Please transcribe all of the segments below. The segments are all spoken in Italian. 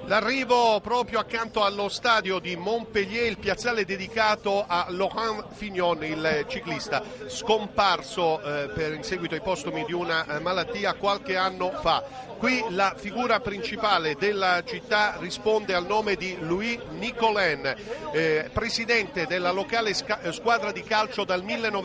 L'arrivo proprio accanto allo stadio di Montpellier, il piazzale dedicato a Laurent Fignon, il ciclista scomparso in seguito ai postumi di una malattia qualche anno fa. Qui la figura principale della città risponde al nome di Louis Nicolin, presidente della locale squadra di calcio dal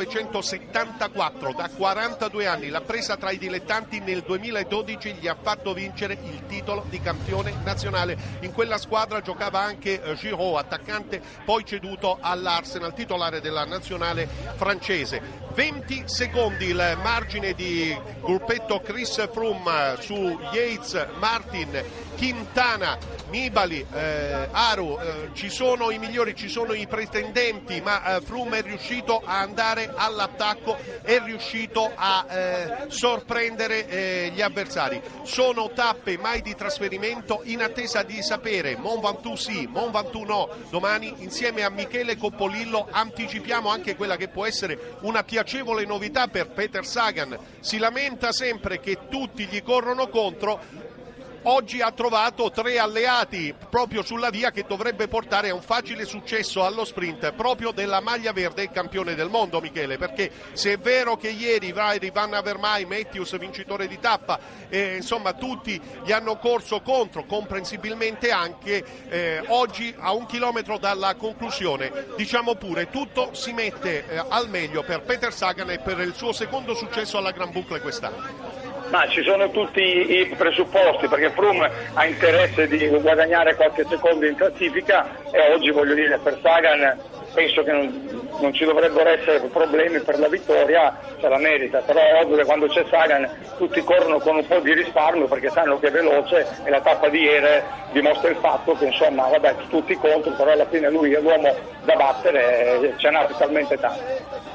1974, da 42 anni. L'ha presa tra i dilettanti nel 2012, gli ha fatto vincere il titolo di campione nazionale. In quella squadra giocava anche Giroud, attaccante poi ceduto all'Arsenal, titolare della nazionale francese. 20 secondi il margine di gruppetto Chris Froome su Yates, Martin, Quintana, Nibali, Aru. Ci sono i migliori, ci sono i pretendenti, ma Froome è riuscito a andare all'attacco, è riuscito a sorprendere gli avversari. Sono tappe mai di trasferimento, in attesa di sapere Mont Ventoux sì, Mont Ventoux no. Domani insieme a Michele Coppolillo anticipiamo anche quella che può essere una piacevole novità per Peter Sagan. Si lamenta sempre che tutti gli corrono contro. Oggi ha trovato 3 alleati proprio sulla via che dovrebbe portare a un facile successo allo sprint proprio della maglia verde campione del mondo, Michele, perché se è vero che ieri Van Avermaet, Matthews vincitore di tappa, insomma tutti gli hanno corso contro, comprensibilmente anche oggi a 1 chilometro dalla conclusione, diciamo pure, tutto si mette al meglio per Peter Sagan e per il suo secondo successo alla Grand Boucle quest'anno. Ma ci sono tutti i presupposti, perché Froome ha interesse di guadagnare qualche secondo in classifica e oggi, voglio dire, per Sagan penso che non ci dovrebbero essere problemi per la vittoria, se la merita, però ovvio quando c'è Sagan tutti corrono con un po' di risparmio perché sanno che è veloce e la tappa di ieri dimostra il fatto che insomma vabbè tutti contro, però alla fine lui è l'uomo da battere e ce n'ha talmente tanto.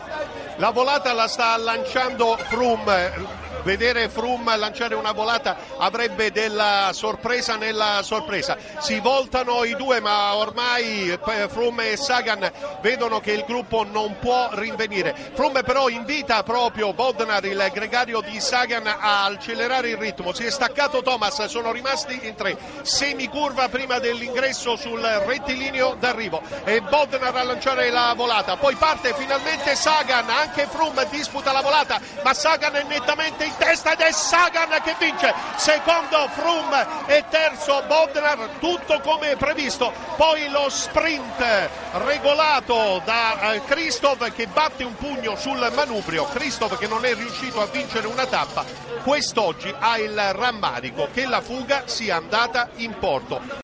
La volata la sta lanciando Froome. Vedere Froome lanciare una volata avrebbe della sorpresa nella sorpresa. Si voltano i due, ma ormai Froome e Sagan vedono che il gruppo non può rinvenire. Froome però invita proprio Bodnar, il gregario di Sagan, a accelerare il ritmo. Si è staccato Thomas, sono rimasti in 3. Semicurva prima dell'ingresso sul rettilineo d'arrivo e Bodnar a lanciare la volata. Poi parte finalmente Sagan, anche Froome disputa la volata, ma Sagan è nettamente in testa ed è Sagan che vince. Secondo Froome e terzo Bodnar, tutto come previsto. Poi lo sprint regolato da Kristoff che batte un pugno sul manubrio. Kristoff che non è riuscito a vincere una tappa, quest'oggi ha il rammarico che la fuga sia andata in porto.